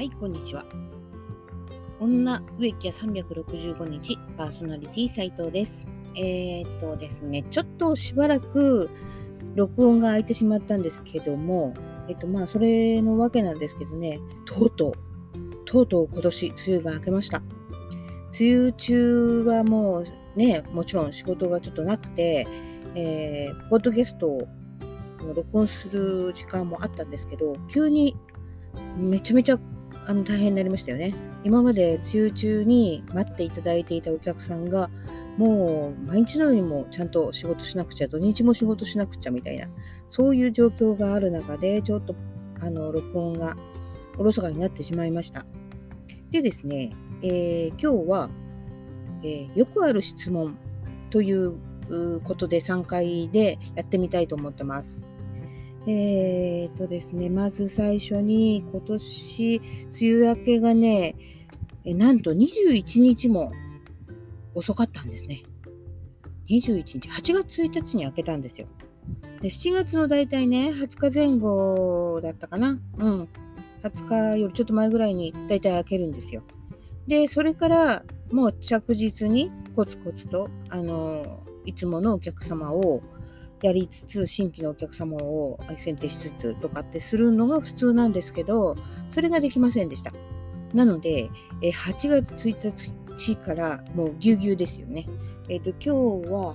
はい、こんにちは。女植木屋365日パーソナリティ斉藤です。ですね、ちょっとしばらく録音が空いてしまったんですけども、それのわけなんですけどね、とうとう今年梅雨が明けました。梅雨中はもうね、もちろん仕事がちょっとなくて、ポッドキャストを録音する時間もあったんですけど、急にめちゃめちゃ大変になりましたよね。今まで梅雨中に待っていただいていたお客さんが、もう毎日のようにもちゃんと仕事しなくちゃ、土日も仕事しなくちゃみたいな、そういう状況がある中で、ちょっと録音がおろそかになってしまいました。でですね、今日は、よくある質問ということで3回でやってみたいと思ってます。ですね、まず最初に今年梅雨明けがね、なんと21日も遅かったんですね。21日、8月1日に明けたんですよ。で、7月のだいたいね、20日前後だったかな。20日よりちょっと前ぐらいにだいたい明けるんですよ。で、それからもう着実にコツコツと、いつものお客様をやりつつ、新規のお客様を選定しつつとかってするのが普通なんですけど、それができませんでした。なので、8月1日からもうぎゅうぎゅうですよね。今日は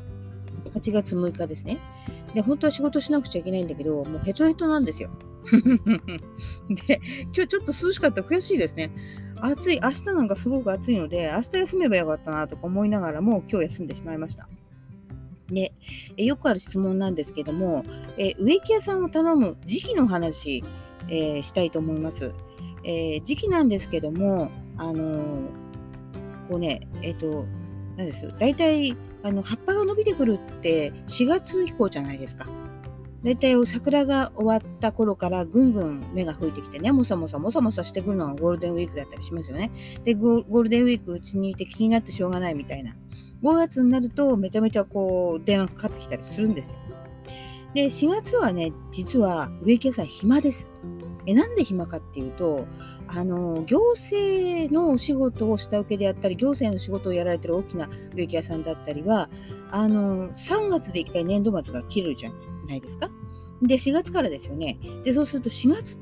8月6日ですね。で、本当は仕事しなくちゃいけないんだけど、もうヘトヘトなんですよ。で、今日ちょっと涼しかったら悔しいですね。暑い、明日なんかすごく暑いので、明日休めばよかったなとか思いながらも、今日休んでしまいました。で、よくある質問なんですけども、植木屋さんを頼む時期の話、したいと思います。時期なんですけども、こうね、なんです。だいたい葉っぱが伸びてくるって4月以降じゃないですか。だいたい桜が終わった頃からぐんぐん芽が吹いてきてね、もさもさしてくるのがゴールデンウィークだったりしますよね。で、ゴールデンウィークうちにいて気になってしょうがないみたいな。5月になるとめちゃめちゃこう電話かかってきたりするんですよ。で、4月はね、実は植木屋さん暇です。なんで暇かっていうと、行政のお仕事を下請けでやったり、行政の仕事をやられてる大きな植木屋さんだったりは、3月で1回年度末が切るじゃないですか。で、4月からですよね。で、そうすると4月って、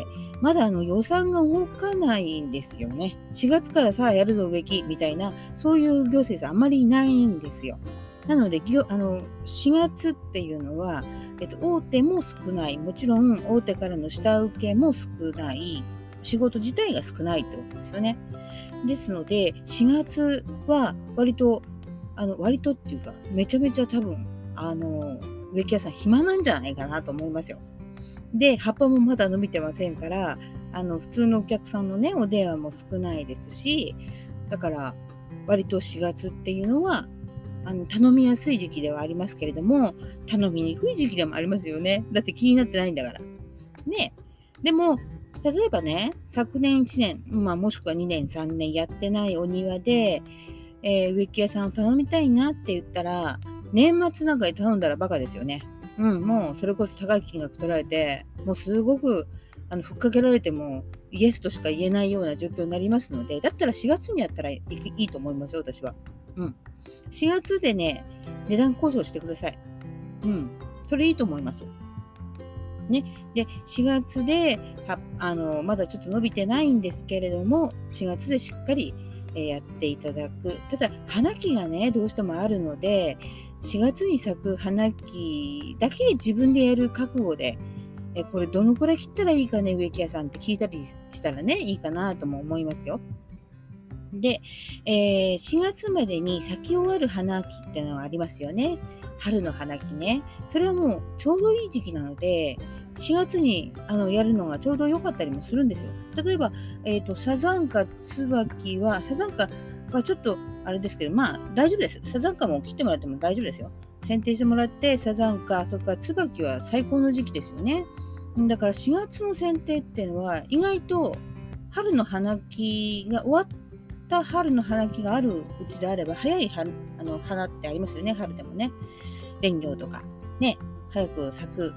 まだ予算が動かないんですよね。4月からさあやるぞ植木みたいな、そういう行政さんあんまりいないんですよ。なので、4月っていうのは、大手も少ない。もちろん、大手からの下請けも少ない。仕事自体が少ないってことですよね。ですので、4月は割とっていうか、めちゃめちゃ多分、植木屋さん暇なんじゃないかなと思いますよ。で、葉っぱもまだ伸びてませんから、普通のお客さんのね、お電話も少ないですし、だから、割と4月っていうのは、頼みやすい時期ではありますけれども、頼みにくい時期でもありますよね。だって気になってないんだから。ね。でも、例えばね、昨年1年、もしくは2年、3年やってないお庭で、植木屋さんを頼みたいなって言ったら、年末なんかに頼んだらバカですよね。もうそれこそ高い金額取られて、もうすごく、ふっかけられても、イエスとしか言えないような状況になりますので、だったら4月にやったらいいと思いますよ、私は。4月でね、値段交渉してください。それいいと思います。ね。で、4月で、まだちょっと伸びてないんですけれども、4月でしっかり、やっていただく。ただ、花期がね、どうしてもあるので、4月に咲く花期だけ自分でやる覚悟で、これどのくらい切ったらいいかね、植木屋さんって聞いたりしたらね、いいかなとも思いますよ。で、4月までに咲き終わる花期ってのがありますよね。春の花期ね。それはもうちょうどいい時期なので、4月にやるのがちょうど良かったりもするんですよ。例えば、サザンカ、ツバキは、サザンカはちょっとあれですけど、大丈夫です。サザンカも切ってもらっても大丈夫ですよ。剪定してもらって、サザンカ、それからツバキは最高の時期ですよね。だから4月の剪定っていうのは、意外と春の花期が終わった春の花期があるうちであれば、早い花ってありますよね、春でもね。蓮魚とか、ね、早く咲く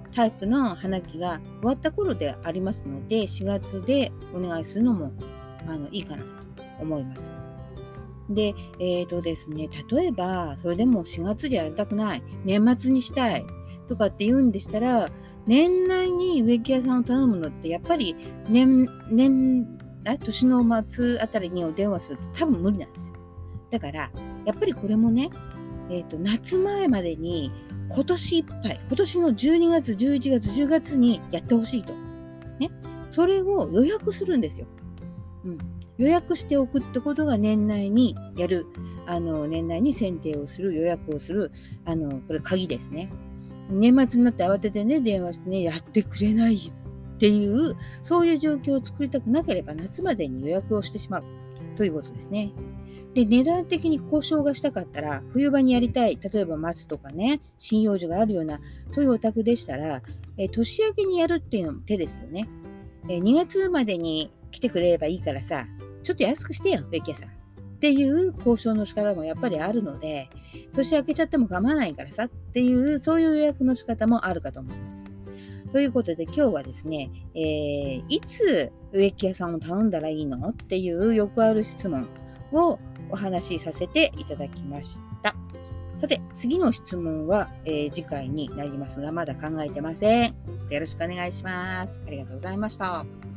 タイプの花期が終わった頃でありますので、4月でお願いするのもいいかなと思います。で、ですね、例えばそれでも4月でやりたくない、年末にしたいとかって言うんでしたら、年内に植木屋さんを頼むのってやっぱり年の末あたりにお電話すると多分無理なんですよ。だからやっぱりこれもね、夏前までに今年いっぱい、今年の12月、11月、10月にやってほしいと。ね。それを予約するんですよ。うん。予約しておくってことが年内にやる。年内に選定をする、予約をする、これ鍵ですね。年末になって慌ててね、電話してね、やってくれないよっていう、そういう状況を作りたくなければ夏までに予約をしてしまうということですね。で、値段的に交渉がしたかったら、冬場にやりたい、例えば松とかね、針葉樹があるような、そういうお宅でしたら、年明けにやるっていうのも手ですよね。2月までに来てくれればいいからさ、ちょっと安くしてよ、植木屋さん。っていう交渉の仕方もやっぱりあるので、年明けちゃっても構わないからさっていう、そういう予約の仕方もあるかと思います。ということで今日はですね、いつ植木屋さんを頼んだらいいのっていうよくある質問をお話しさせていただきました。さて、次の質問は、次回になりますが、まだ考えてません。よろしくお願いします。ありがとうございました。